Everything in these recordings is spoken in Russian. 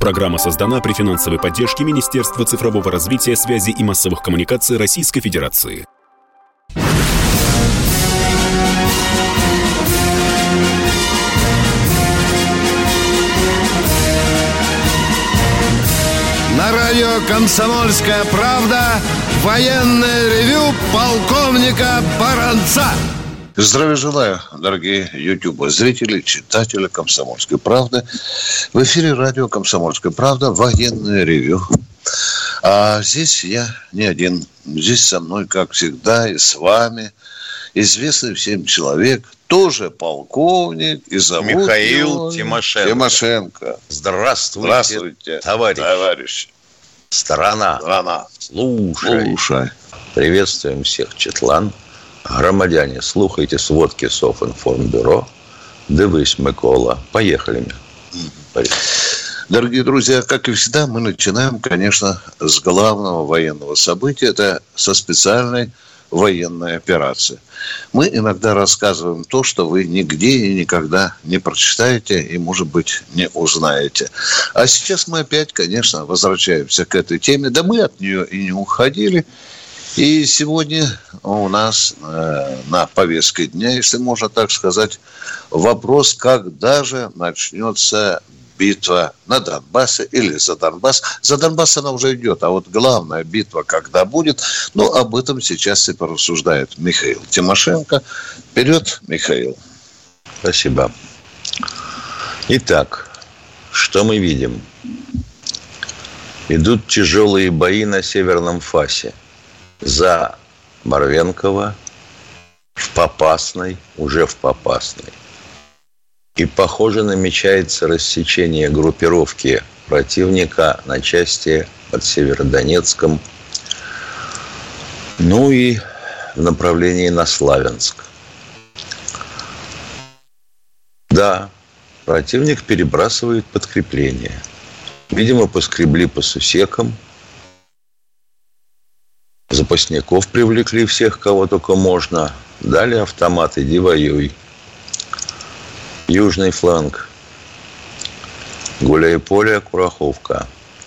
Программа создана при финансовой поддержке Министерства цифрового развития, связи и массовых коммуникаций Российской Федерации. На радио «Комсомольская правда» военное ревю полковника Баранца. Здравия желаю, дорогие ютуб-зрители, читатели «Комсомольской правды». В эфире радио «Комсомольская правда», военное ревю. А здесь я не один. Здесь со мной, как всегда, и с вами известный всем человек, тоже полковник, и зовут Михаил Тимошенко. Здравствуйте, товарищи. Страна. Слушай. Приветствуем всех, Четлан. Громадяне, слухайте сводки Софинформбюро. Дивись, Микола. Поехали. Дорогие друзья, как и всегда, мы начинаем, конечно, с главного военного события. Это со специальной военной операции. Мы иногда рассказываем то, что вы нигде и никогда не прочитаете и, может быть, не узнаете. А сейчас мы опять, конечно, возвращаемся к этой теме. Да мы от нее и не уходили. И сегодня у нас на повестке дня, если можно так сказать, вопрос, когда же начнется битва на Донбассе или за Донбасс. За Донбасс она уже идет, а вот главная битва когда будет, об этом сейчас и порассуждает Михаил Тимошенко. Вперед, Михаил. Спасибо. Итак, что мы видим? Идут тяжелые бои на Северном Фасе. За Барвенково, уже в Попасной. И, похоже, намечается рассечение группировки противника на части под Северодонецком, и в направлении на Славянск. Да, противник перебрасывает подкрепление. Видимо, поскребли по сусекам. Запасников привлекли всех, кого только можно. Дали автомат, иди воюй. Южный фланг. Гуляйполе, Кураховка.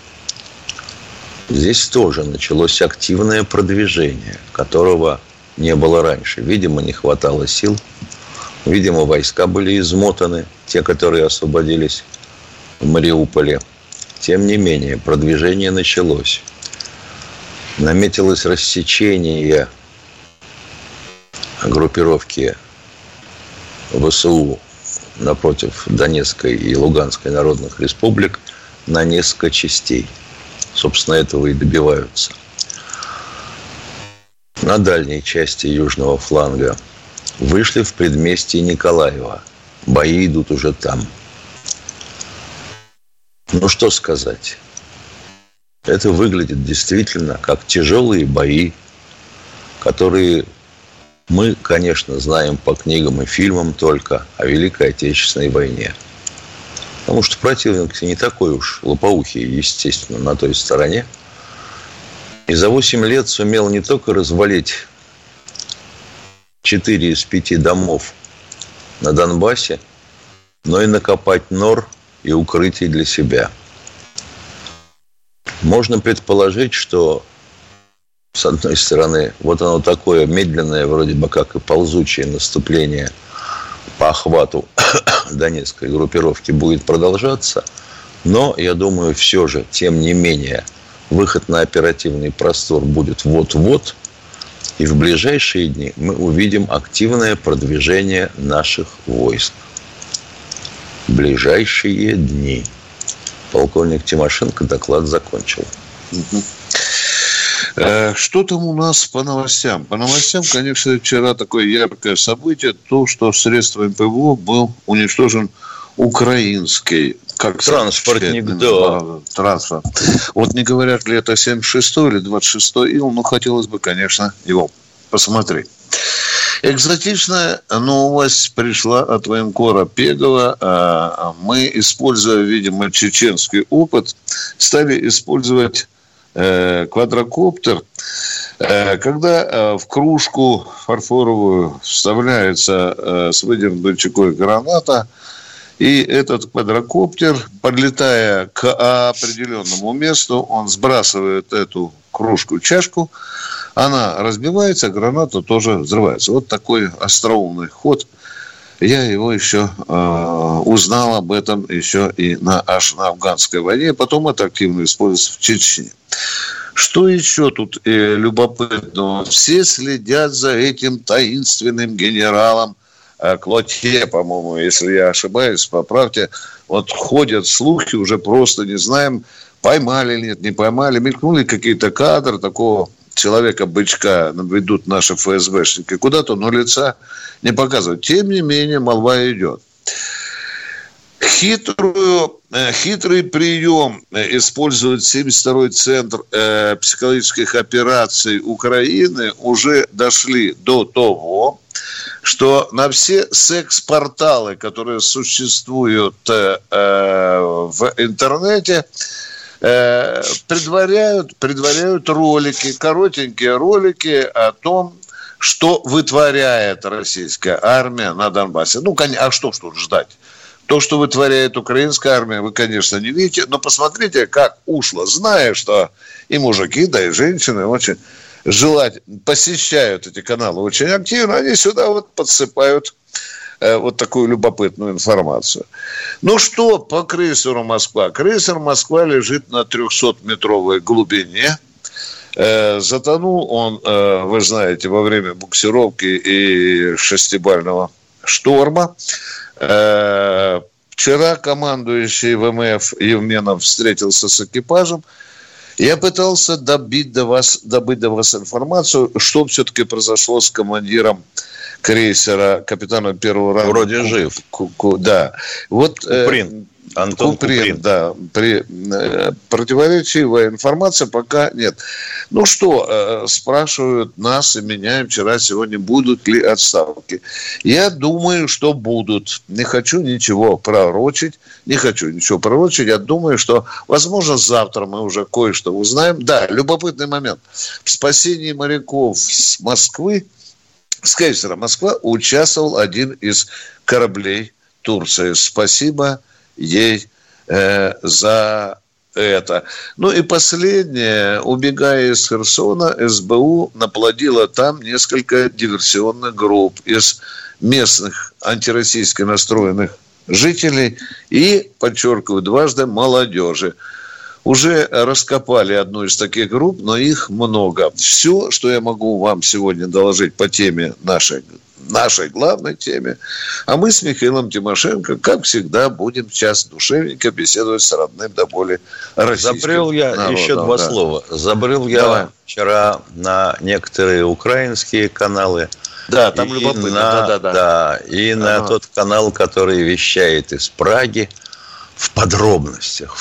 Здесь тоже началось активное продвижение, которого не было раньше. Видимо, не хватало сил. Видимо, войска были измотаны, те, которые освободились в Мариуполе. Тем не менее, продвижение началось. Наметилось рассечение группировки ВСУ напротив Донецкой и Луганской народных республик на несколько частей. Собственно, этого и добиваются. На дальней части южного фланга вышли в предместье Николаева. Бои идут уже там. Что сказать? Это выглядит действительно как тяжелые бои, которые мы, конечно, знаем по книгам и фильмам только о Великой Отечественной войне. Потому что противник не такой уж лопоухий, естественно, на той стороне. И за 8 лет сумел не только развалить 4 из 5 домов на Донбассе, но и накопать нор и укрытий для себя. Можно предположить, что, с одной стороны, вот оно такое медленное, вроде бы как и ползучее наступление по охвату Донецкой группировки будет продолжаться, но, я думаю, все же, тем не менее, выход на оперативный простор будет вот-вот, и в ближайшие дни мы увидим активное продвижение наших войск. Ближайшие дни. Полковник Тимошенко доклад закончил. Что там у нас по новостям? По новостям, конечно, вчера такое яркое событие, то, что средствами ПВО был уничтожен украинский транспортник, да. Транспорт. Вот не говорят ли это 76-й или 26-й Ил, хотелось бы, конечно, его посмотреть. Экзотичная новость пришла от военкора Пегова. Мы, используя, видимо, чеченский опыт, стали использовать квадрокоптер. Когда в кружку фарфоровую вставляется с выдернутой чекой граната, И этот квадрокоптер, подлетая к определенному месту, он сбрасывает эту кружку-чашку, она разбивается, граната тоже взрывается. Вот такой остроумный ход. Я его еще узнал об этом еще и на афганской войне. Потом это активно используется в Чечне. Что еще тут любопытного? Все следят за этим таинственным генералом Клотье, по-моему, если я ошибаюсь, поправьте. Вот ходят слухи, уже просто не знаем, поймали или нет, не поймали. Мелькнули какие-то кадры такого человека-бычка, ведут наши ФСБшники куда-то, но лица не показывают. Тем не менее, молва идет. Хитрый прием использует 72-й центр психологических операций Украины. Уже дошли до того, что на все секс-порталы, которые существуют в интернете, предваряют ролики, коротенькие ролики о том, что вытворяет российская армия на Донбассе. Ну, а что тут ждать? То, что вытворяет украинская армия, вы, конечно, не видите, но посмотрите, как ушло, зная, что и мужики, да и женщины очень посещают эти каналы очень активно, они сюда вот подсыпают вот такую любопытную информацию. Ну что по крейсеру «Москва»? Крейсер «Москва» лежит на 300-метровой глубине. Затонул он, вы знаете, во время буксировки и шестибального шторма. Вчера командующий ВМФ Евменов встретился с экипажем. Я пытался добыть до вас информацию, что все-таки произошло с командиром крейсера, капитаном первого ранга. Вроде жив. Да. Вот, Куприн. Антон Куприн. Да. Противоречивая информация пока нет. Ну что, спрашивают нас и меня, вчера, сегодня, будут ли отставки. Я думаю, что будут. Не хочу ничего пророчить. Я думаю, что, возможно, завтра мы уже кое-что узнаем. Да, любопытный момент. В спасении моряков с Москвы, с крейсера «Москва» участвовал один из кораблей Турции. Спасибо ей за это. Ну и последнее. Убегая из Херсона, СБУ наплодила там несколько диверсионных групп из местных антироссийски настроенных жителей и, подчеркиваю дважды, молодежи. Уже раскопали одну из таких групп, но их много. Все, что я могу вам сегодня доложить по теме нашей главной теме. А мы с Михаилом Тимошенко, как всегда, будем сейчас душевненько беседовать с родным до боли российским Забрел я народом. еще два слова. Забрел я вчера на некоторые украинские каналы. Да, там любопытно. И на тот канал, который вещает из Праги, в подробностях.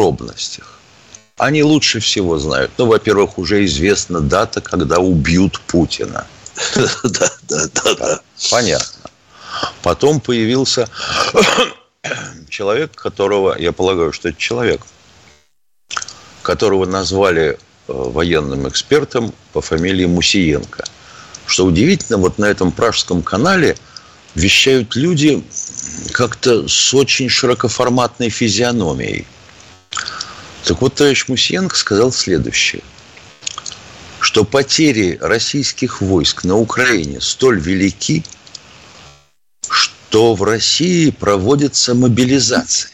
Они лучше всего знают. Ну, во-первых, уже известна дата, когда убьют Путина. Да. Понятно. Потом появился человек, которого, я полагаю, что это человек, которого назвали военным экспертом по фамилии Мусиенко. Что удивительно, вот на этом пражском канале вещают люди как-то с очень широкоформатной физиономией. Так вот, товарищ Мусиенко сказал следующее, что потери российских войск на Украине столь велики, что в России проводится мобилизация.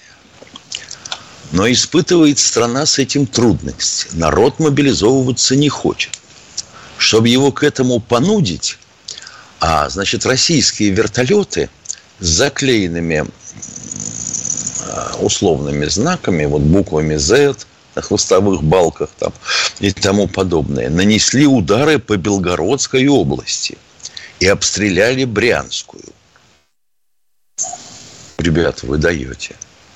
Но испытывает страна с этим трудности. Народ мобилизовываться не хочет. Чтобы его к этому понудить, значит, российские вертолеты с заклеенными условными знаками, вот буквами Z на хвостовых балках там, и тому подобное, нанесли удары по Белгородской области и обстреляли Брянскую. Ребята, вы даете.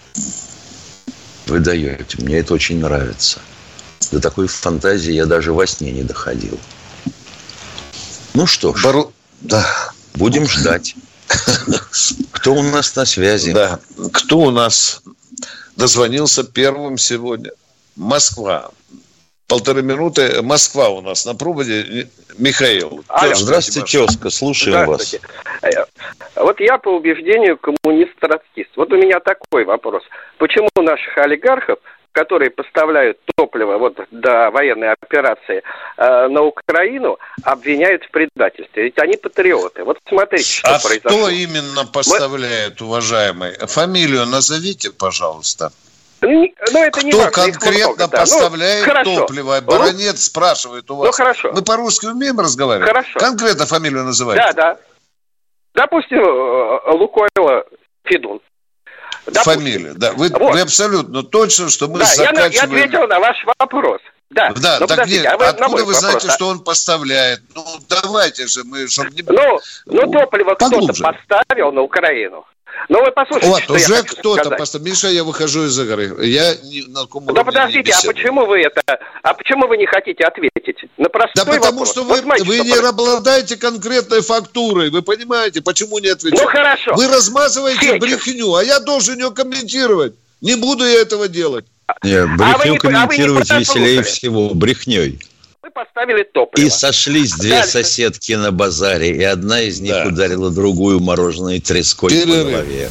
Мне это очень нравится. До такой фантазии я даже во сне не доходил. Ну что ж, будем ждать. Кто у нас на связи? Да. Кто у нас дозвонился первым сегодня? Москва. 1,5 минуты. Москва у нас на проводе. Михаил. Здравствуйте, тезка. Слушаем вас. Вот я по убеждению коммунист-троцкист. Вот у меня такой вопрос. Почему наших олигархов, которые поставляют топливо вот до военной операции на Украину, обвиняют в предательстве? Ведь они патриоты. Вот смотрите, что произошло. Кто именно поставляет, уважаемый? Фамилию назовите, пожалуйста. Ну, это кто не важно, конкретно поставляет топливо? Баронец спрашивает у вас. Ну, хорошо. Мы по-русски умеем разговаривать? Хорошо. Конкретно фамилию называйте. Да. Допустим, Лукойл Федун. Фамилия, да. Вы абсолютно точно, что мы заканчиваем... я ответил на ваш вопрос. Да, так нет, откуда вы знаете, что он поставляет? Ну, давайте же мы, чтобы не... топливо кто-то поставил на Украину. Ну, вы послушайте, вот, что уже я хочу кто-то сказать. поставил. Миша, я выхожу из игры. Я на каком уровне подождите, почему вы не хотите ответить на простой вопрос? Да потому что вы не обладаете конкретной фактурой. Вы понимаете, почему не отвечаете? Ну, хорошо. Вы размазываете брехню, а я должен ее комментировать. Не буду я этого делать. Нет, брехню комментировать веселее всего. Брехней. Вы поставили топливо. И сошлись две соседки на базаре, и одна из них ударила другую мороженой треской по голове.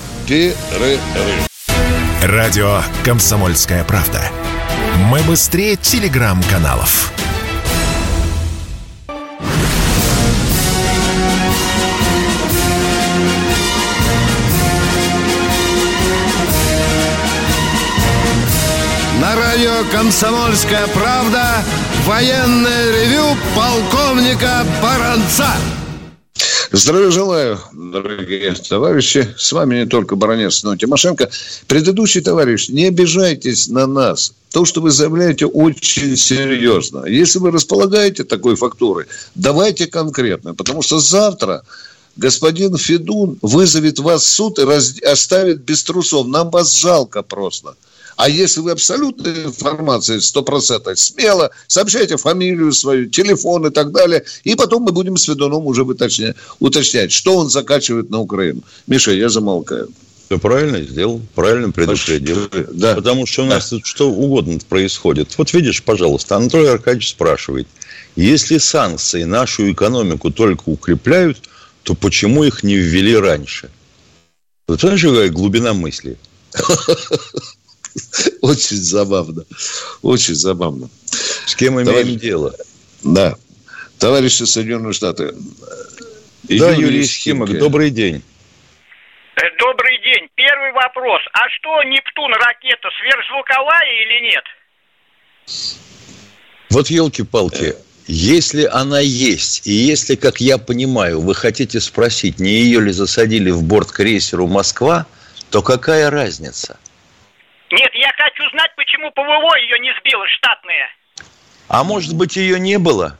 Радио «Комсомольская правда». Мы быстрее телеграм-каналов. На радио «Комсомольская правда» военное ревю полковника Баранца. Здравия желаю, дорогие товарищи. С вами не только Баранец, но и Тимошенко. Предыдущий товарищ, не обижайтесь на нас. То, что вы заявляете, очень серьезно. Если вы располагаете такой фактурой, давайте конкретно. Потому что завтра господин Федун вызовет вас в суд и оставит без трусов. Нам вас жалко просто. А если вы абсолютной информацией 100%, смело сообщайте фамилию свою, телефон и так далее. И потом мы будем с Федуном уже уточнять, что он закачивает на Украину. Миша, я замолкаю. Все правильно сделал, правильно предупредил. Да. Потому что у нас тут что угодно происходит. Вот видишь, пожалуйста, Анатолий Аркадьевич спрашивает. Если санкции нашу экономику только укрепляют, то почему их не ввели раньше? Вот понимаешь, какая глубина мысли? Очень забавно. Очень забавно. С кем имеем дело? Да. Товарищи Соединенные Штаты. Да, Юрий Схимок, добрый день. Добрый день. Первый вопрос. А что, Нептун ракета сверхзвуковая или нет? Вот елки-палки. Если она есть, и если, как я понимаю, вы хотите спросить, не ее ли засадили в борт крейсеру «Москва», то какая разница? Нет, я хочу знать, почему ПВО ее не сбило, штатные. А может быть, ее не было?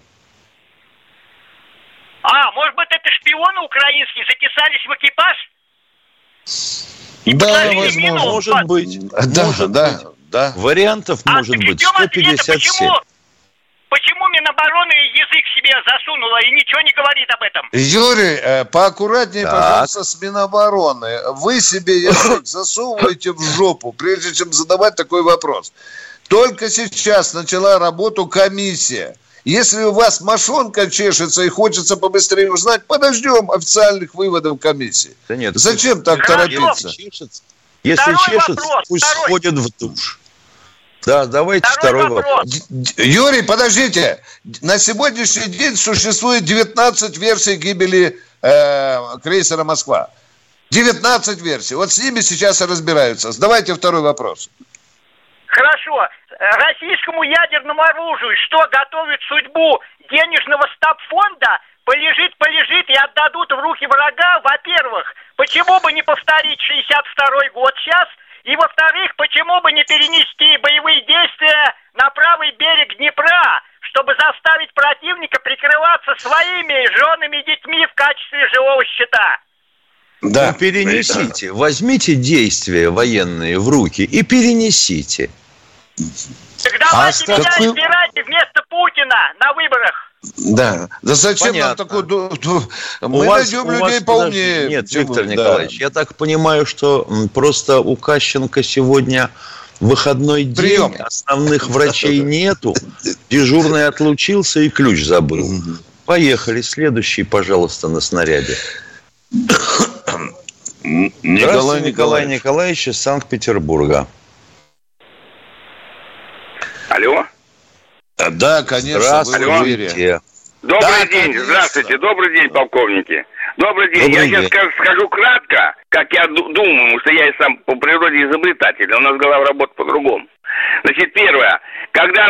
Может быть, это шпионы украинские записались в экипаж? И да, возможно. Может быть. Да. Вариантов может быть 157. Почему Минобороны язык себе засунула и ничего не говорит об этом? Юрий, поаккуратнее, пожалуйста, с Минобороны. Вы себе язык засовываете в жопу, прежде чем задавать такой вопрос. Только сейчас начала работу комиссия. Если у вас мошонка чешется и хочется побыстрее узнать, подождем официальных выводов комиссии. Да нет, зачем так торопиться? Если чешется, пусть сходит в душ. Да, давайте второй вопрос. Юрий, подождите. На сегодняшний день существует 19 версий гибели крейсера «Москва». 19 версий. Вот с ними сейчас и разбираются. Задавайте второй вопрос. Хорошо. Российскому ядерному оружию что, готовит судьбу денежного стабфонда? Полежит и отдадут в руки врага, во-первых. Почему бы не повторить 62-й год сейчас? И, во-вторых, почему бы не перенести боевые действия на правый берег Днепра, чтобы заставить противника прикрываться своими женами и детьми в качестве живого щита? Да, перенесите. Возьмите действия военные в руки и перенесите. Так давайте меня избирайте вместо Путина на выборах. Да зачем понятно. Нам такой... Мы найдем людей поумнее. Нет, Виктор Николаевич, я так понимаю, что просто у Кащенко сегодня выходной день, основных врачей нету, дежурный отлучился и ключ забыл. Поехали, следующий, пожалуйста, на снаряде. Здравствуйте, Николай Николаевич из Санкт-Петербурга. Алло? Да, конечно, вы в эфире. Добрый день, здравствуйте, добрый день, полковники. Добрый день. Я сейчас скажу кратко, как я думаю, потому что я и сам по природе изобретатель, у нас голова работает по-другому. Значит, первое, когда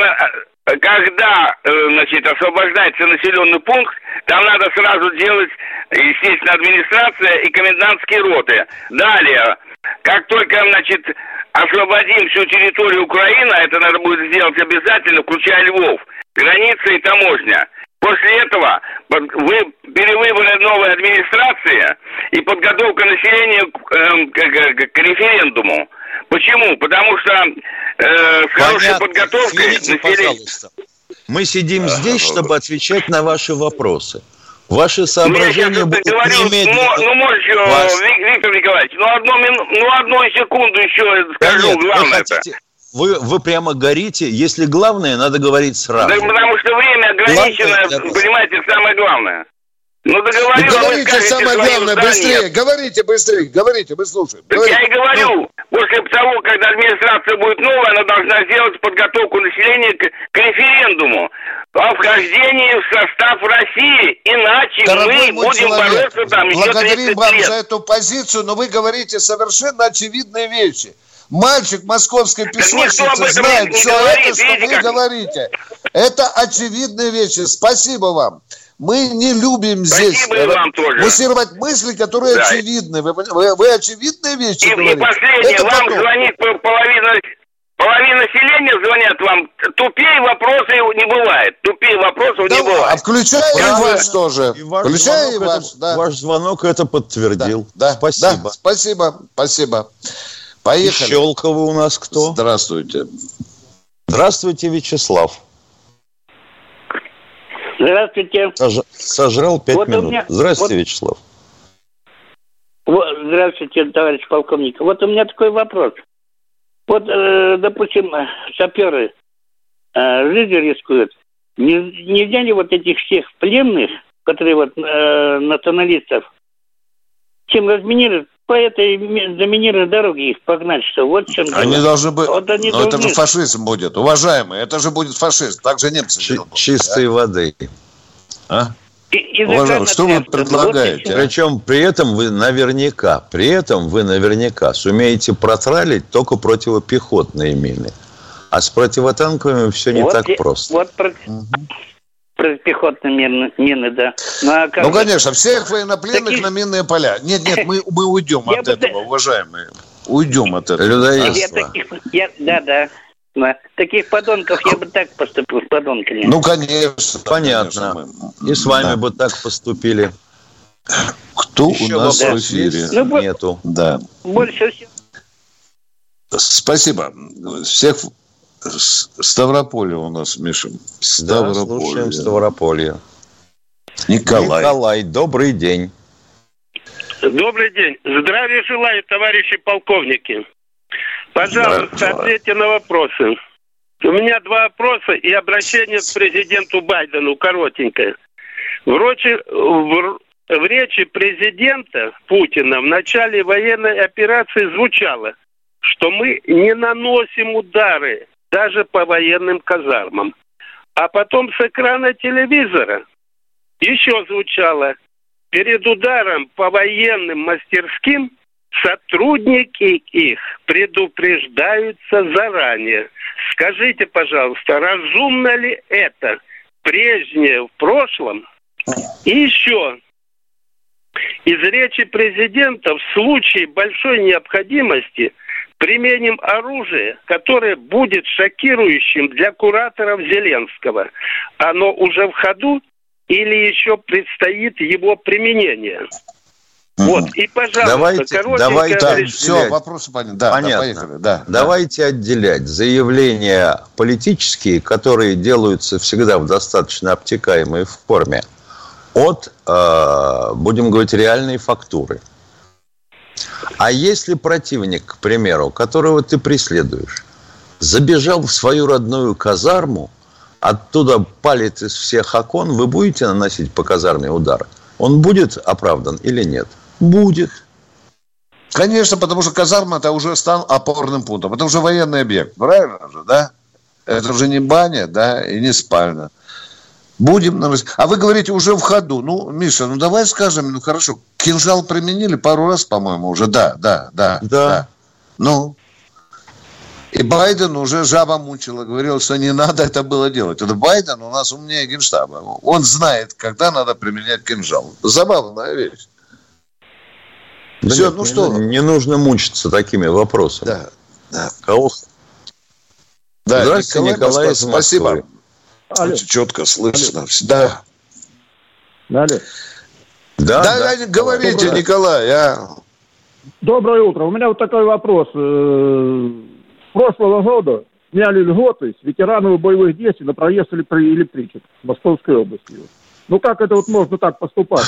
освобождается населенный пункт, там надо сразу делать, естественно, администрация и комендантские роты. Далее, как только, освободим всю территорию Украины, это надо будет сделать обязательно, включая Львов, граница и таможня. После этого перевыборы новой администрации и подготовка населения к референдуму. Почему? Потому что с хорошей подготовкой население... Мы сидим здесь, чтобы отвечать на ваши вопросы. Ваши соображения будут немедленно... Виктор Николаевич, одну секунду еще скажу, главное это. Вы прямо горите. Если главное, надо говорить сразу. Да, потому что время ограничено, понимаете, самое главное. Говорите самое главное, быстрее. Говорите быстрее, говорите, мы слушаем. Так я и говорю. После того, когда администрация будет новая, она должна сделать подготовку населения к референдуму о вхождении в состав России. Иначе дорогой мы будем бороться там еще 30 лет. Благодарим вам за эту позицию, но вы говорите совершенно очевидные вещи. Мальчик московской песочницы знает все это, что вы говорите. Это очевидные вещи. Спасибо вам. Мы не любим здесь муссировать мысли, которые очевидны. Вы очевидные вещи говорите. И последнее, это вам звонит половина населения, звонят вам. Тупее вопросов не бывает. Не бывает. А включая и ваш тоже. Включая и ваш. Ваш звонок это подтвердил. Да. Спасибо. Да, спасибо. Поехали. Щелково у нас кто? Здравствуйте. Здравствуйте, Вячеслав. Здравствуйте. Сожрал 5 минут. Здравствуйте, Вячеслав. Здравствуйте, товарищ полковник. Вот у меня такой вопрос. Вот, допустим, саперы жизнью рискуют. Нельзя ли вот этих всех пленных, которые националистов, чем разминируют, по этой заминированной дороге их погнать, что вот чем... Они должны быть... это же фашизм будет, уважаемые. Это же будет фашизм. Так же немцы делают. Чистой воды. А? Уважаемые, что вы предлагаете? Причем при этом вы наверняка сумеете протралить только противопехотные мины. А с противотанковыми все не так просто. Противопехотные мины, да. Конечно, всех военнопленных на минные поля. Нет, мы уйдем от этого, уважаемые. Уйдем от этого. Людоедство. Да. Таких подонков я бы так поступил с подонками. Конечно. Понятно. Конечно, и с вами бы так поступили. Кто еще у нас в эфире? Нету. Да. Больше всего. Спасибо. Всех... Ставрополье у нас, Миша. Слушаем Ставрополье. Николай, добрый день. Добрый день. Здравия желаю, товарищи полковники. Пожалуйста, ответьте на вопросы. У меня 2 вопроса и обращение к президенту Байдену, коротенькое. В речи президента Путина в начале военной операции звучало, что мы не наносим удары даже по военным казармам. А потом с экрана телевизора еще звучало: перед ударом по военным мастерским сотрудники их предупреждаются заранее. Скажите, пожалуйста, разумно ли это? Прежнее в прошлом? И еще. Из речи президента: в случае большой необходимости применим оружие, которое будет шокирующим для кураторов Зеленского. Оно уже в ходу или еще предстоит его применение? Вот, и, пожалуйста, давайте все, вопросы понятны. Да, поехали. Давайте отделять заявления политические, которые делаются всегда в достаточно обтекаемой форме, от, будем говорить, реальной фактуры. А если противник, к примеру, которого ты преследуешь, забежал в свою родную казарму, оттуда палит из всех окон, вы будете наносить по казарме удар? Он будет оправдан или нет? Будет. Конечно, потому что казарма это уже стал опорным пунктом. Это уже военный объект, правильно же, да? Это уже не баня, да, и не спальня. Будем... А вы говорите, уже в ходу. Ну, Миша, ну давай скажем, ну хорошо, кинжал применили пару раз, по-моему, уже, да. Ну, и Байден уже жаба мучила, говорил, что не надо это было делать. Это Байден у нас умнее Генштаба. Он знает, когда надо применять кинжал. Забавная вещь. Да все, нет, ну что? Не нужно мучиться такими вопросами. Да. Кого? Да, здравствуйте, Николай. Спасибо. Очень четко слышно. Алло. Да. Алло. Да, говорите, доброе. Николай. Доброе утро. У меня вот такой вопрос. С прошлого года сняли льготы с ветеранов боевых действий на проезд электричек в Московской области. Ну как это вот можно так поступать?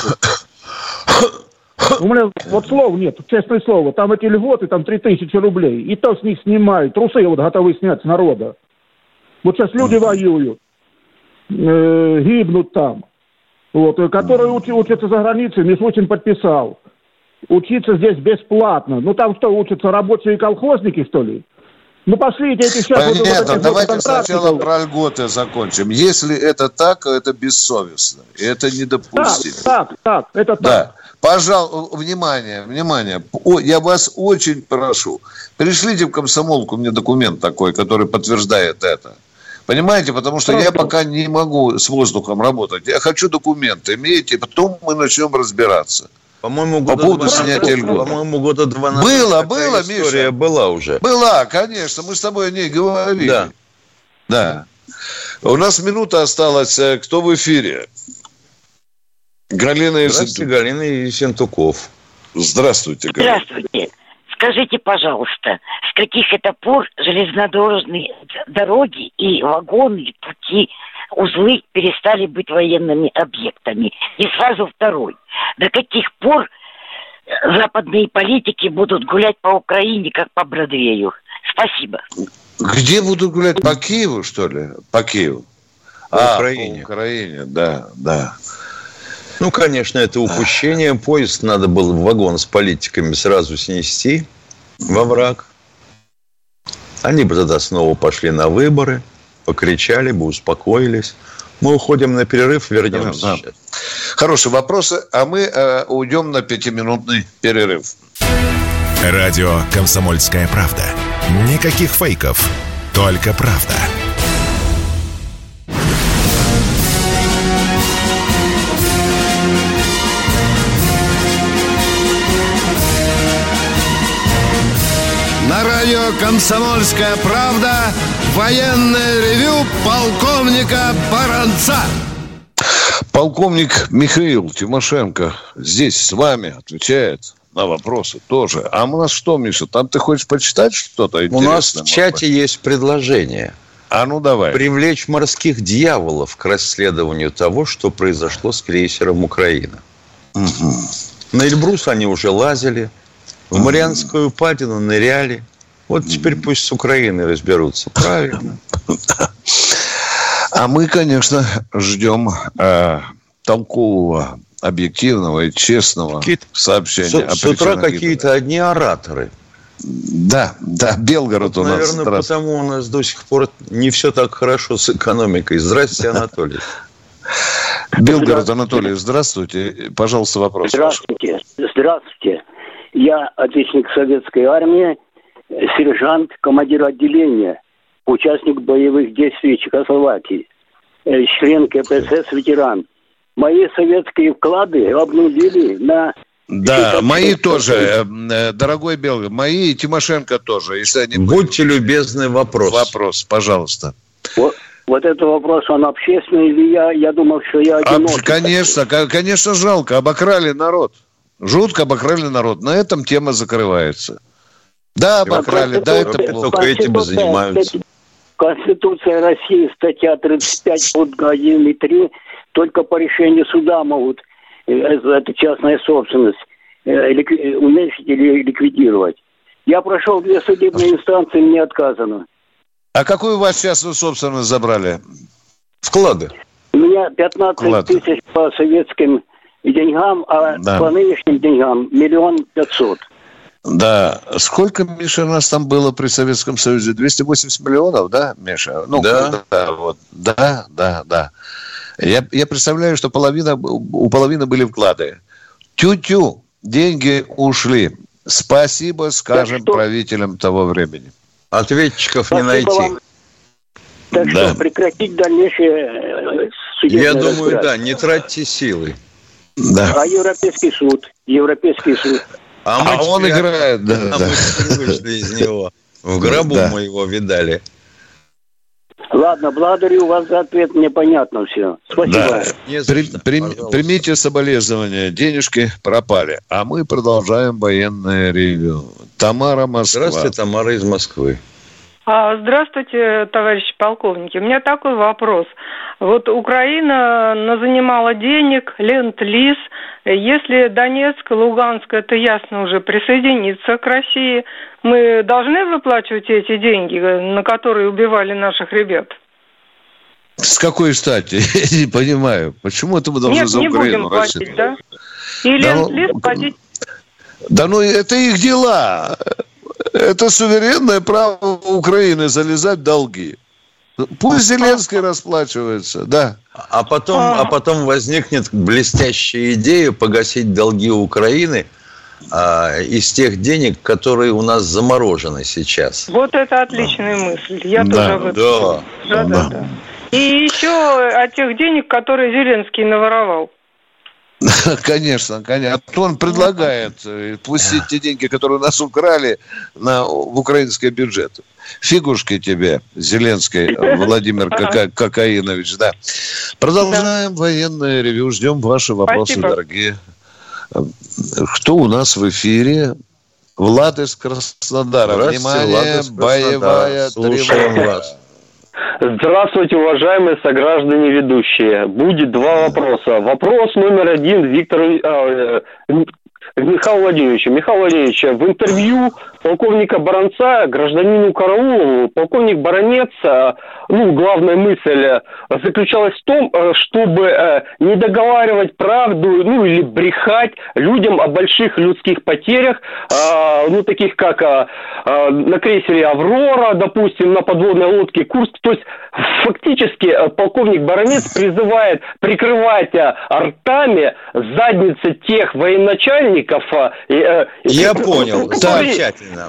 У меня вот слов нет, честное слово. Там эти льготы, там 3000 рублей. И то с них снимают. Трусы вот готовы снять с народа. Вот сейчас люди воюют. Гибнут там. Вот, которые учатся за границей, Мишустин подписал. Учиться здесь бесплатно. Ну там что, учатся рабочие колхозники, что ли? Ну пошлите этих сейчас... Понятно, давайте сначала про льготы закончим. Если это так, это бессовестно. И это недопустимо. Так, это так. Да. Пожалуйста, внимание. Я вас очень прошу. Пришлите в комсомолку мне документ такой, который подтверждает это. Понимаете, потому что я пока не могу с воздухом работать. Я хочу документы. Имеете, потом мы начнем разбираться. По-моему, по поводу снятия льгот. По-моему, года 2 назад было, история Миша. Была уже. Была, конечно. Мы с тобой о ней говорили. Да. У нас минута осталась. Кто в эфире? Галина Ессентуков. Галина Ессентуков. Здравствуйте, Галина. Здравствуйте. Скажите, пожалуйста, с каких это пор железнодорожные дороги и вагоны, пути, узлы перестали быть военными объектами? И сразу второй. До каких пор западные политики будут гулять по Украине, как по Бродвею? Спасибо. Где будут гулять? По Киеву, что ли? По Киеву. По Украине. По Украине, да. Ну, конечно, это упущение. Поезд надо было в вагон с политиками сразу снести во враг. Они бы тогда снова пошли на выборы, покричали бы, успокоились. Мы уходим на перерыв, вернемся сейчас. Хорошие вопросы, а мы уйдем на 5-минутный перерыв. Радио «Комсомольская правда». Никаких фейков, только правда. На радио «Комсомольская правда» военное ревю полковника Баранца. Полковник Михаил Тимошенко здесь с вами отвечает на вопросы тоже. А у нас что, Миша, там ты хочешь почитать что-то интересное? У нас в чате есть предложение. А ну давай. Привлечь морских дьяволов к расследованию того, что произошло с крейсером «Украина». Угу. На Эльбрус они уже лазили. В Марианскую впадину ныряли. Вот теперь пусть с Украиной разберутся. Правильно. А мы, конечно, ждем толкового, объективного и честного сообщения. С утра какие-то одни ораторы. Да, Белгород вот, у нас. Наверное, потому у нас до сих пор не все так хорошо с экономикой. Здравствуйте, Анатолий. Белгород, Анатолий, здравствуйте. Пожалуйста, вопрос. Здравствуйте. Я отличник советской армии, сержант, командир отделения, участник боевых действий Чехословакии, член КПСС, ветеран. Мои советские вклады обнулили на... Да, мои тоже, дорогой Белгород, мои и Тимошенко тоже. Если они... Будьте любезны, вопрос. Вопрос, пожалуйста. Вот этот вопрос, он общественный, или я думал, что я одинокий? Конечно, жалко, обокрали народ. Жутко обокрали народ. На этом тема закрывается. Да, обокрали, да, это плохо. Только этим и занимаются. Конституция России, статья 35, пункт 1 и 3, только по решению суда могут, это частная собственность, уменьшить или ликвидировать. Я прошел 2 судебные инстанции, мне отказано. А какую у вас частную собственность забрали? Вклады. У меня 15 тысяч по советским деньгам, а по нынешним деньгам 1 500 000. Да. Сколько, Миша, у нас там было при Советском Союзе? 280 миллионов, да, Миша? Ну, да. Да. Я представляю, что у половины были вклады. Тю-тю, деньги ушли. Спасибо, скажем, правителям того времени. Ответчиков не найти. Вам. Так что прекратить дальнейшее судебное Я думаю, разбирательство. не тратьте силы. Да. А Европейский суд? А он играет, да. Мы вышли из него. В гробу мы его видали. Ладно, благодарю вас за ответ, мне понятно все. Спасибо. Да. Примите соболезнования, денежки пропали. А мы продолжаем военное ревью. Тамара, Москва. Здравствуйте, Тамара из Москвы. Здравствуйте, товарищи полковники. У меня такой вопрос. Вот Украина занимала денег, ленд-лиз. Если Донецк, Луганск, это ясно уже, присоединится к России, мы должны выплачивать эти деньги, на которые убивали наших ребят? С какой стати? Я не понимаю. Почему это мы должны за Украину не будем платить, да? И ленд-лиз платить? Да ну это их дела. Это суверенное право Украины залезать в долги. Пусть Зеленский расплачивается, да. А потом возникнет блестящая идея погасить долги Украины из тех денег, которые у нас заморожены сейчас. Вот это отличная мысль. Я тоже об этом. Да. И еще от тех денег, которые Зеленский наворовал. Конечно. Он предлагает пустить те деньги, которые у нас украли, в украинский бюджет. Фигушки тебе, Зеленский Владимир Кокаинович. Да. Продолжаем военное ревью. Ждем ваши вопросы, спасибо, дорогие. Кто у нас в эфире? Влад из Краснодара. Внимание, боевая тревога. Здравствуйте, уважаемые сограждане ведущие. Будет два вопроса. Вопрос номер один Михаилу Владимировичу. Михаил Владимирович, в интервью полковника Баранца гражданину Караулову полковник Баранец, главная мысль заключалась в том, чтобы не договаривать правду, или брехать людям о больших людских потерях, таких как на крейсере «Аврора», допустим, на подводной лодке «Курск». То есть фактически полковник Баранец призывает прикрывать ртами задницы тех военачальников. Я понял. Замечательно.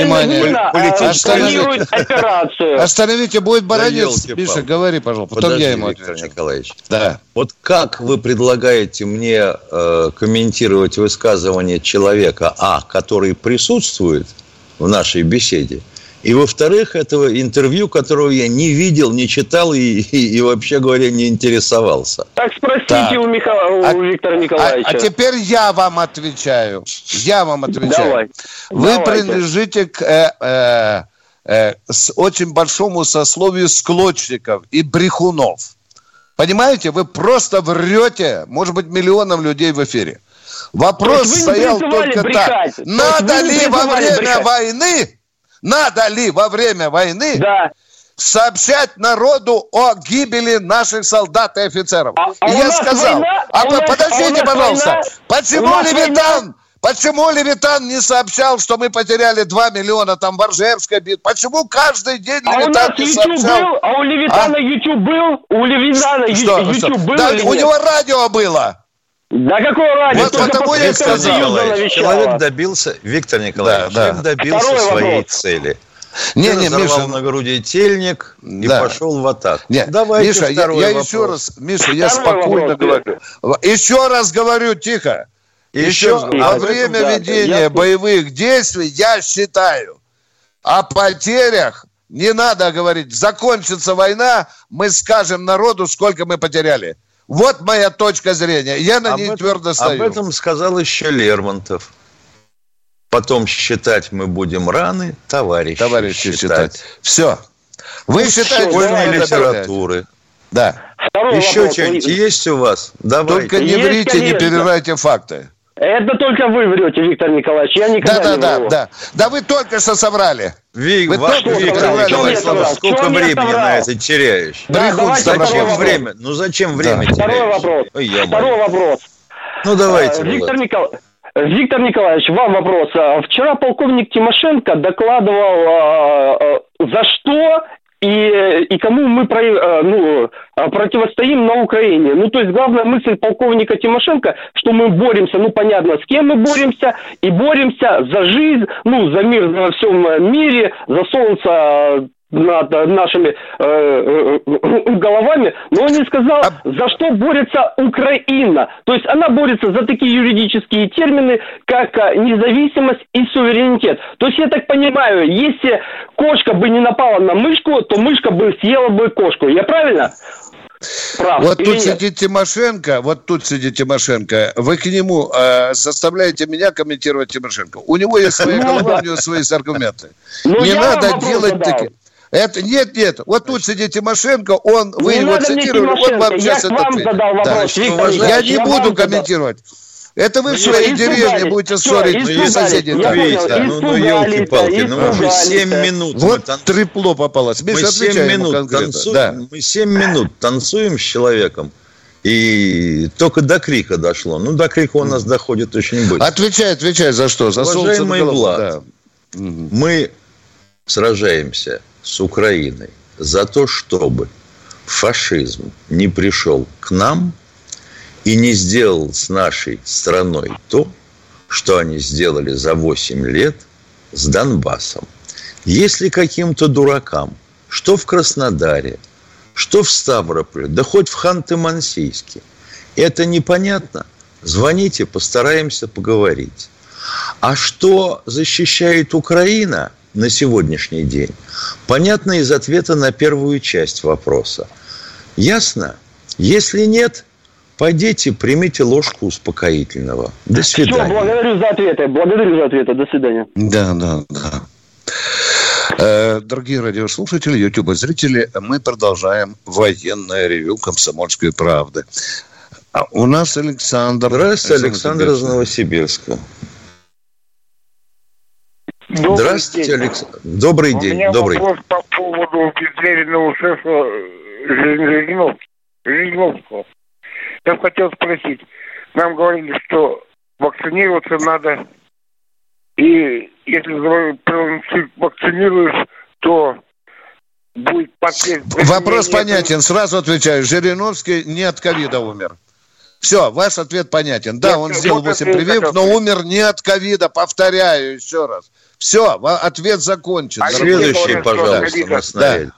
Остановите, будет Баранец. Миша, говори, пожалуйста. Потом я ему отвечу. Виктор Николаевич. Да. Вот как вы предлагаете мне комментировать высказывание человека, который присутствует в нашей беседе, и, во-вторых, этого интервью, которого я не видел, не читал и вообще говоря, не интересовался. Так спросите у Виктора Николаевича. А теперь я вам отвечаю. Давай. Вы принадлежите к очень большому сословию склочников и брехунов. Понимаете? Вы просто врете, может быть, миллионам людей в эфире. Вопрос стоял только так. Надо ли во время войны сообщать народу о гибели наших солдат и офицеров? И я сказал, подождите, пожалуйста, почему Левитан не сообщал, что мы потеряли 2 миллиона там в Оржевской битве? Почему каждый день Левитан не сообщал? У Левитана YouTube был? У Левитана YouTube был? Да, у него радио было. Да какое радио? Вот потому я сказал. Человек добился, Виктор Николаевич, человек добился своей цели. Разорвал на груди тельник и пошел в атаку. Давайте Миша, я спокойно говорю. Еще раз говорю, тихо. Во время ведения боевых действий я считаю, о потерях не надо говорить. Закончится война, мы скажем народу, сколько мы потеряли. Вот моя точка зрения. Я на ней твердо стою. Об этом сказал еще Лермонтов. Потом считать мы будем раны, товарищи считать. Все. Вы считаете, школьной литературы. Да. Еще что-нибудь есть у вас? Давайте. Только не врите, не перебирайте факты. Это только вы врете, Виктор Николаевич. Я никогда не вру. Да вы только что соврали. Виктор Николаевич, сколько времени на это теряешь? Зачем время? Зачем время теряешь? Второй вопрос. Ну, давайте. Виктор Николаевич, вам вопрос. Вчера полковник Тимошенко докладывал, за что и кому мы противостоим на Украине. Ну, то есть главная мысль полковника Тимошенко, что мы боремся, ну, понятно, с кем мы боремся, и боремся за жизнь, ну, за мир во всем мире, за солнце над нашими головами, но он не сказал, за что борется Украина. То есть она борется за такие юридические термины, как независимость и суверенитет. То есть я так понимаю, если кошка бы не напала на мышку, то мышка бы съела бы кошку. Я правильно? Прав, вот тут сидит Тимошенко, вы к нему заставляете меня комментировать Тимошенко. У него есть своя голова, у него свои аргументы. Не надо делать такие... Это нет. Вот тут сидит Тимошенко, вы его цитировали, он вам сейчас это ответит. Я не буду комментировать. Это вы в своей деревне будете ссорить и соседи. Ну, елки-палки, мы 7 минут. Вот трепло попалось. Мы 7 минут танцуем с человеком, и только до крика дошло. Ну, до крика у нас доходит очень быстро. Отвечай, за что? За солнце на голову. Влад, мы сражаемся с Украиной за то, чтобы фашизм не пришел к нам и не сделал с нашей страной то, что они сделали за 8 лет с Донбассом. Если каким-то дуракам, что в Краснодаре, что в Ставрополе, да хоть в Ханты-Мансийске, это непонятно, звоните, постараемся поговорить. А что защищает Украина на сегодняшний день, понятно из ответа на первую часть вопроса. Ясно? Если нет, пойдите, примите ложку успокоительного. До свидания. Все, благодарю за ответы. До свидания. Да. Дорогие радиослушатели, ютуб-зрители, мы продолжаем военное ревью «Комсомольской правды». У нас Александр. Здравствуйте, Александр из Новосибирска. Здравствуйте, Александр. Добрый день. У меня вопрос по поводу безвременного шефа Жириновского. Я хотел спросить. Нам говорили, что вакцинироваться надо. И если вакцинируешь, то будет последствия. Вопрос понятен. Сразу отвечаю. Жириновский не от ковида умер. Все, ваш ответ понятен. Да, он сделал 8 прививок, но умер не от ковида. Повторяю еще раз. Все, ответ закончен. Следующий, пожалуйста, на снаряде.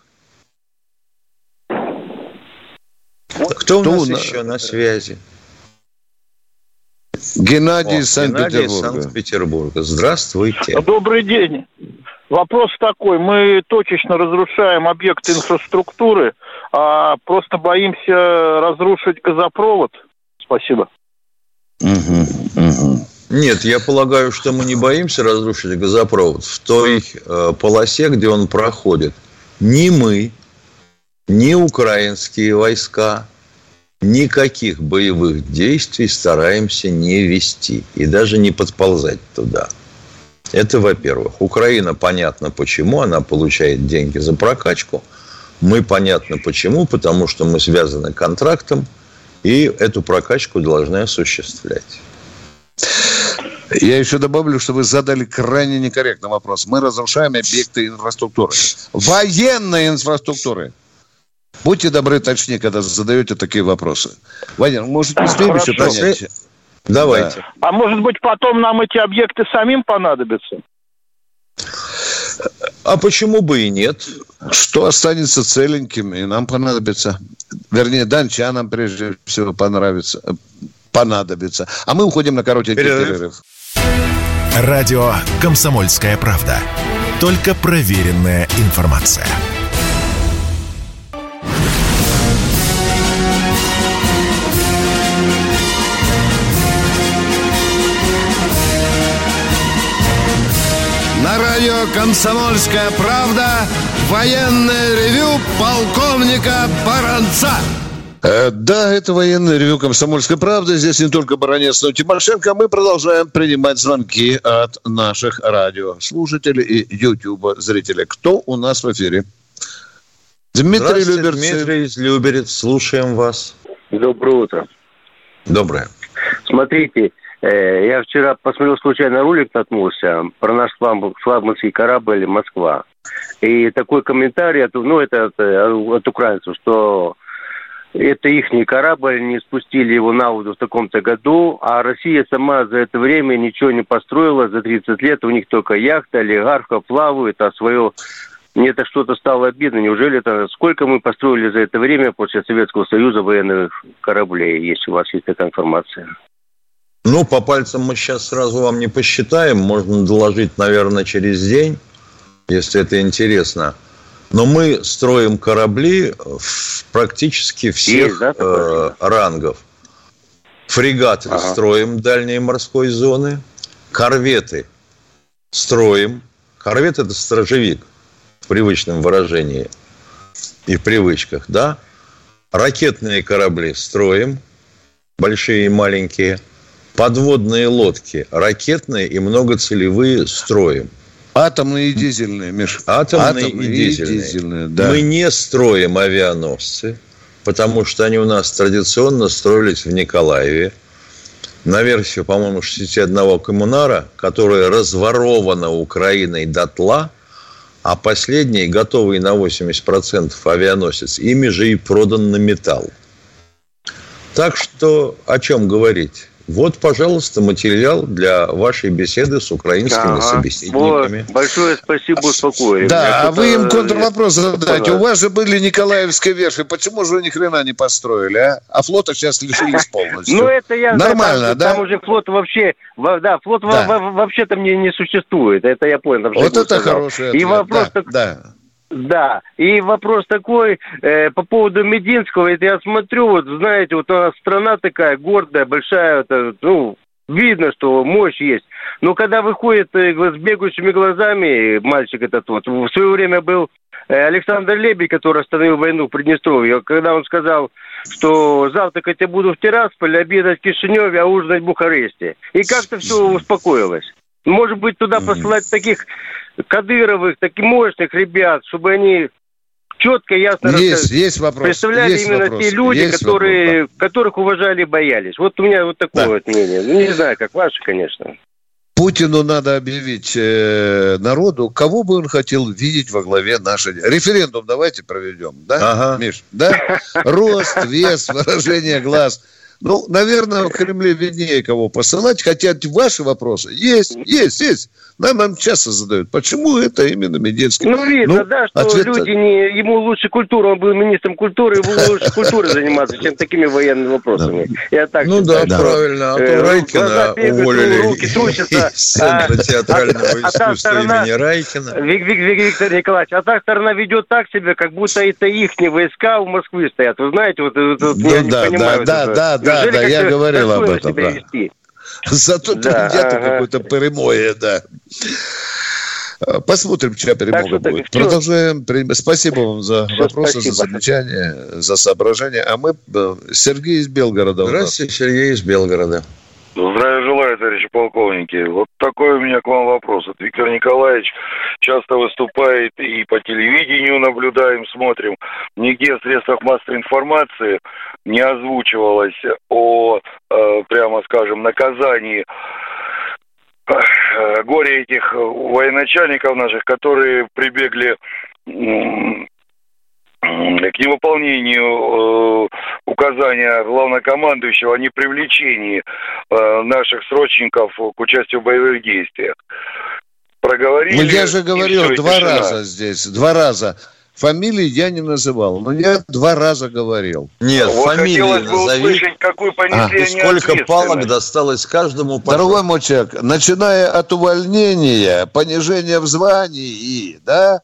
Кто у нас еще на связи? Геннадий из Санкт-Петербурга. Санкт-Петербурга. Здравствуйте. Добрый день. Вопрос такой. Мы точечно разрушаем объекты инфраструктуры, а просто боимся разрушить газопровод. Спасибо. Нет, я полагаю, что мы не боимся разрушить газопровод. В той полосе, где он проходит, ни мы, ни украинские войска никаких боевых действий стараемся не вести и даже не подползать туда. Это, во-первых. Украина, понятно почему, она получает деньги за прокачку. Мы, понятно почему, потому что мы связаны контрактом и эту прокачку должны осуществлять. Я еще добавлю, что вы задали крайне некорректный вопрос. Мы разрушаем объекты инфраструктуры. Военной инфраструктуры. Будьте добры, точнее, когда задаете такие вопросы. Вадим, может, успеем еще понять? Давайте. Да. А может быть, потом нам эти объекты самим понадобятся? А почему бы и нет? Что останется целеньким, и нам понадобится. Вернее, дончанам прежде всего понадобится. А мы уходим на коротенький перерыв. Радио «Комсомольская правда». Только проверенная информация. На радио «Комсомольская правда» военное ревю полковника Баранца. Да, это военное ревю «Комсомольской правды». Здесь не только Баранец, но и Тимошенко. Мы продолжаем принимать звонки от наших радиослушателей и ютуба-зрителей. Кто у нас в эфире? Дмитрий Люберец. Дмитрий из Люберец. Слушаем вас. Доброе утро. Доброе. Смотрите, Я вчера посмотрел случайно ролик, наткнулся про наш флагманский корабль «Москва». И такой комментарий, от украинцев, что это ихний корабль, не спустили его на воду в таком-то году, а Россия сама за это время ничего не построила, за 30 лет у них только яхты, олигархов плавают, а свое... Мне это что-то стало обидно. Неужели это... Сколько мы построили за это время после Советского Союза военных кораблей, если у вас есть такая информация? Ну, по пальцам мы сейчас сразу вам не посчитаем. Можно доложить, наверное, через день, если это интересно. Но мы строим корабли практически всех рангов. Фрегаты строим дальней морской зоны. Корветы строим. Корвет – это сторожевик в привычном выражении и в привычках, да? Ракетные корабли строим, большие и маленькие. Подводные лодки ракетные и многоцелевые строим. Атомные и дизельные, Миша. Атомные и дизельные. Да. Мы не строим авианосцы, потому что они у нас традиционно строились в Николаеве на версию, по-моему, 61 коммунара, которая разворована Украиной дотла, а последний, готовый на 80% авианосец, ими же и продан на металл. Так что о чем говорить? Вот, пожалуйста, материал для вашей беседы с украинскими собеседниками. Вот, большое спасибо, успокоили. Да, а вы им контрвопрос задайте. У вас же были Николаевские верфи. Почему же вы ни хрена не построили, а? А флота сейчас лишились полностью. Ну, это я... Нормально, да? Там уже флот вообще... Да, флот вообще там не существует. Это я понял. Вот это хороший ответ. И вопрос Да, и вопрос такой, по поводу Мединского, это я смотрю, вот знаете, вот у нас страна такая гордая, большая, видно, что мощь есть. Но когда выходит с бегающими глазами мальчик этот вот, в свое время был Александр Лебедь, который остановил войну в Приднестровье, когда он сказал, что завтракать я буду в Тирасполе, обедать в Кишиневе, а ужинать в Бухаресте. И как-то все успокоилось. Может быть, туда посылать таких кадыровых, таких мощных ребят, чтобы они четко, ясно есть вопрос, представляли есть именно вопрос, те люди, которых уважали и боялись. Вот у меня вот такое вот мнение. Ну, не знаю, как ваше, конечно. Путину надо объявить народу, кого бы он хотел видеть во главе нашей... Референдум давайте проведем, да, Миш? Да? Рост, вес, выражение глаз... Ну, наверное, в Кремле виднее, кого посылать, хотя ваши вопросы есть. Нам часто задают, почему это именно Мединский. Ну, видно, что люди ему лучше культуры, он был министром культуры, ему лучше культуры заниматься, чем такими военными вопросами. Я так считаю, правильно, а то Райкина уволили из Центра театрального искусства имени Райкина. Виктор Николаевич, а та сторона ведет так себя, как будто это ихние войска у Москвы стоят. Вы знаете, вот я не понимаю. Да, я говорил об этом. Зато где-то какое-то перемое, да. Посмотрим, чья перемога будет. Продолжаем. Спасибо вам за вопросы, за замечания, за соображения. А мы... Сергей из Белгорода. Здравствуйте, Сергей из Белгорода. Здравия желаю, товарищи полковники. Вот такой у меня к вам вопрос. Вот Виктор Николаевич часто выступает и по телевидению наблюдаем, смотрим. Нигде в средствах массовой информации не озвучивалось о, прямо скажем, наказании горе этих военачальников наших, которые прибегли к невыполнению указания главнокомандующего о непривлечении наших срочников к участию в боевых действиях. Проговорили. Ну, я же говорил два раза. Фамилии я не называл, но я 2 раза говорил. Нет, вот фамилии назови. Услышать, какую понесли сколько палок досталось каждому. Дорогой мой человек, начиная от увольнения, понижения в звании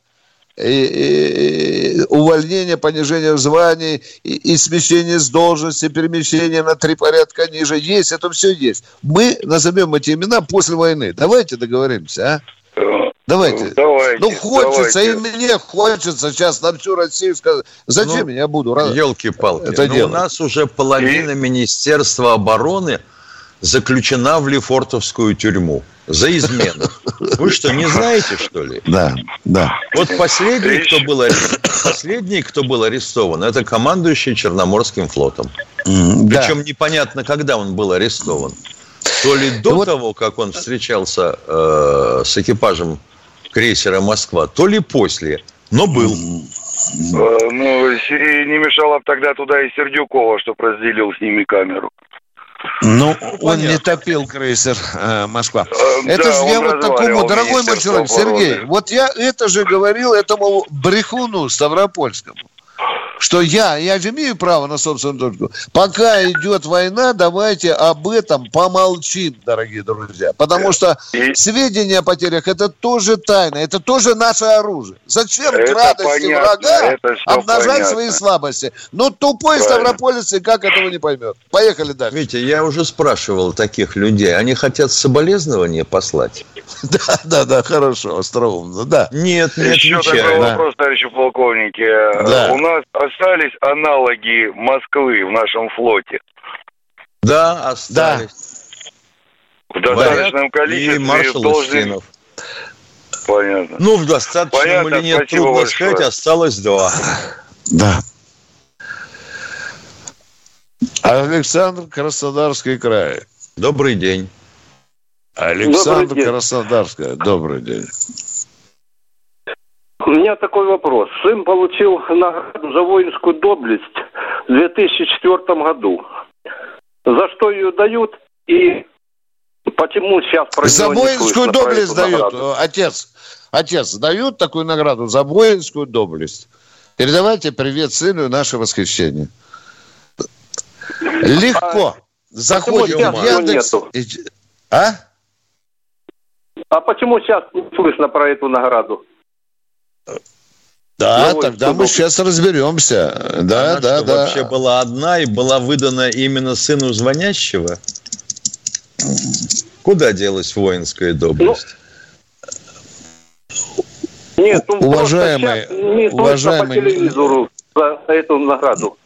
и увольнение, понижение в звании, и смещение с должности, перемещение на 3 порядка ниже. Есть, это все есть. Мы назовем эти имена после войны. Давайте договоримся, Давайте. Ну, хочется, и мне хочется сейчас на всю Россию сказать. Зачем я буду? Елки-палки. У нас уже половина Министерства обороны заключена в Лефортовскую тюрьму за измену. Вы что, не знаете, что ли? Да. Вот последний, кто был арестован, это командующий Черноморским флотом. Причем непонятно, когда он был арестован. То ли до того, как он встречался с экипажем крейсера «Москва», то ли после, но был. Ну, не мешало бы тогда туда и Сердюкова, чтобы разделил с ними камеру. Ну, он не топил крейсер «Москва». Это же я вот такому, дорогой мой человек, Сергей, вот я это же говорил этому брехуну Ставропольскому, что я же имею право на собственную точку. Пока идет война, давайте об этом помолчим, дорогие друзья. Потому что сведения о потерях – это тоже тайна, это тоже наше оружие. Зачем к радости врага обнажать свои слабости? Ну, тупой ставрополец как этого не поймет. Поехали дальше. Видите, я уже спрашивал таких людей. Они хотят соболезнования послать? Да, хорошо, остроумно, да. Нет, не еще отвечаю. Такой вопрос, товарищи полковники. Да. У нас остались аналоги Москвы в нашем флоте? Да, остались. В достаточном количестве. И маршал Устинов. Понятно. Ну, в достаточном или нет, трудно сказать, осталось 2. Да. Александр, Краснодарский край. Добрый день. Александр, Краснодарская. Добрый день. У меня такой вопрос. Сын получил награду за воинскую доблесть в 2004 году. За что ее дают и почему сейчас про за воинскую доблесть дают, отец, дают такую награду за воинскую доблесть. Передавайте привет сыну и наше восхищение. Легко. Заходите в Яндекс. А почему сейчас не слышно про эту награду? Да, тогда мы сейчас разберемся. Да. Вообще была одна и была выдана именно сыну звонящего? Куда делась воинская доблесть? Нет, уважаемый, по телевизору за эту награду.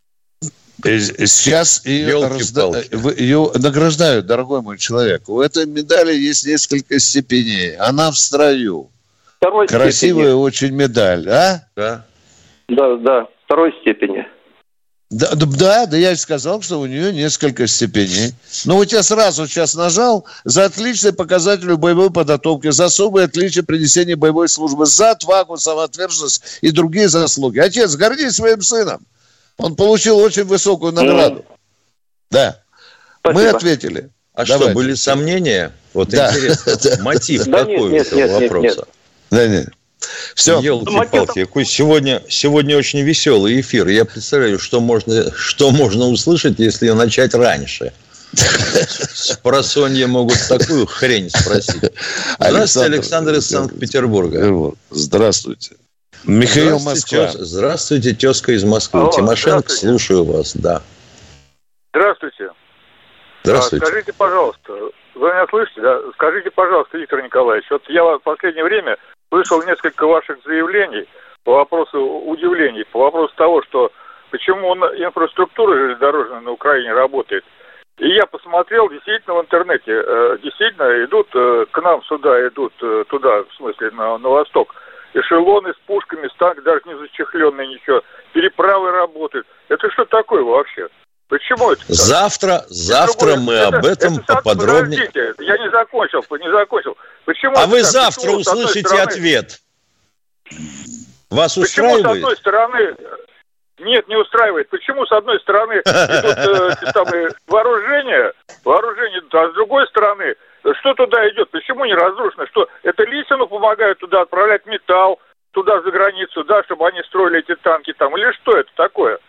Сейчас ее награждают, дорогой мой человек. У этой медали есть несколько степеней. Она в строю. Красивая очень медаль, а? Да, второй степени. Да, я и сказал, что у нее несколько степеней. Но вот я сразу сейчас нажал за отличные показатели боевой подготовки, за особые отличия при несении боевой службы, за отвагу, самоотверженность и другие заслуги. Отец, гордись своим сыном. Он получил очень высокую награду. Да. Спасибо. Мы ответили. Давайте. Что, были сомнения? Вот интересно, мотив какой у этого вопроса? Нет. Все. Елки-палки, какой сегодня очень веселый эфир. Я представляю, что можно услышать, если начать раньше. Спросонья могут такую хрень спросить. Здравствуйте, Александр из Санкт-Петербурга. Здравствуйте. Михаил, Москва. Здравствуйте, тезка из Москвы. Тимошенко, слушаю вас, да. Здравствуйте. Здравствуйте. Скажите, пожалуйста, вы меня слышите, да? Скажите, пожалуйста, Виктор Николаевич, вот я в последнее время слышал несколько ваших заявлений по вопросу удивлений, по вопросу того, что почему инфраструктура железнодорожная на Украине работает. И я посмотрел действительно в интернете, действительно идут к нам сюда, идут туда, в смысле на восток, эшелоны с пушками, с танками, даже не зачехленные ничего, переправы работают. Это что такое вообще? Почему это? Завтра мы об этом поподробнее. Подождите, я не закончил. Почему? А вы завтра услышите ответ. Вас устраивает? Почему с одной стороны... Нет, не устраивает. Почему с одной стороны идут вооружения, а с другой стороны, что туда идет? Почему не разрушено? Что это Лисину помогают туда отправлять металл, туда за границу, да, чтобы они строили эти танки там? Или что это такое?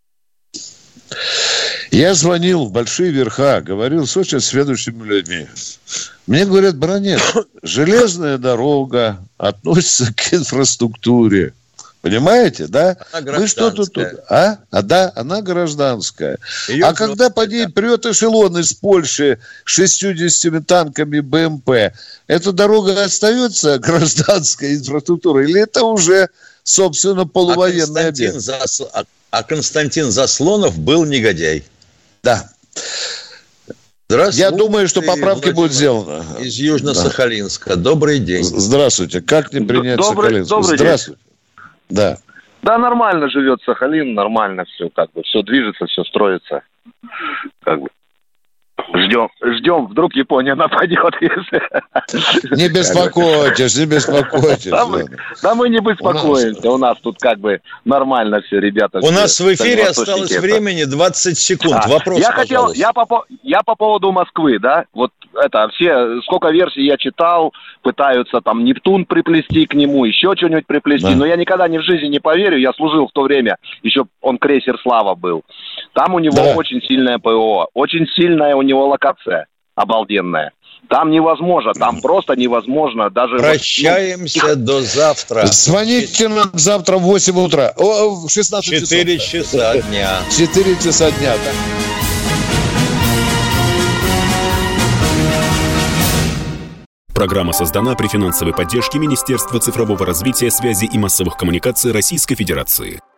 Я звонил в Большие Верха, говорил с очень сведущими людьми. Мне говорят, Бронец, железная дорога относится к инфраструктуре. Понимаете, да? Мы что тут? Да, она гражданская. Когда по ней прет эшелон из Польши с 60 танками БМП, эта дорога остается гражданской инфраструктурой или это уже, собственно, полувоенный объект? А Константин Заслонов был негодяй. Да. Я думаю, что поправки будут сделаны. Из Южно-Сахалинска. Добрый день. Здравствуйте. Как не принять Сахалинск? Здравствуйте. Да. Да, нормально живет Сахалин, нормально все, все движется, все строится. Ждем, вдруг Япония нападет. Не беспокойтесь. Да мы не беспокоимся. У нас тут как бы нормально все, ребята. У нас в эфире осталось времени 20 секунд. Вопрос, пожалуйста. Я по поводу Москвы, да, вот это, все, сколько версий я читал, пытаются там Нептун приплести к нему, еще что-нибудь приплести, но я никогда ни в жизни не поверю, я служил в то время, еще он крейсер «Слава» был, там у него очень сильное ПВО, очень сильная у него локация, обалденная. Там невозможно, там просто невозможно. Даже прощаемся до завтра. Звоните нам завтра в 8 утра. В 16 часов. 4 часа дня. 4 часа дня, да. Программа создана при финансовой поддержке Министерства цифрового развития, связи и массовых коммуникаций Российской Федерации.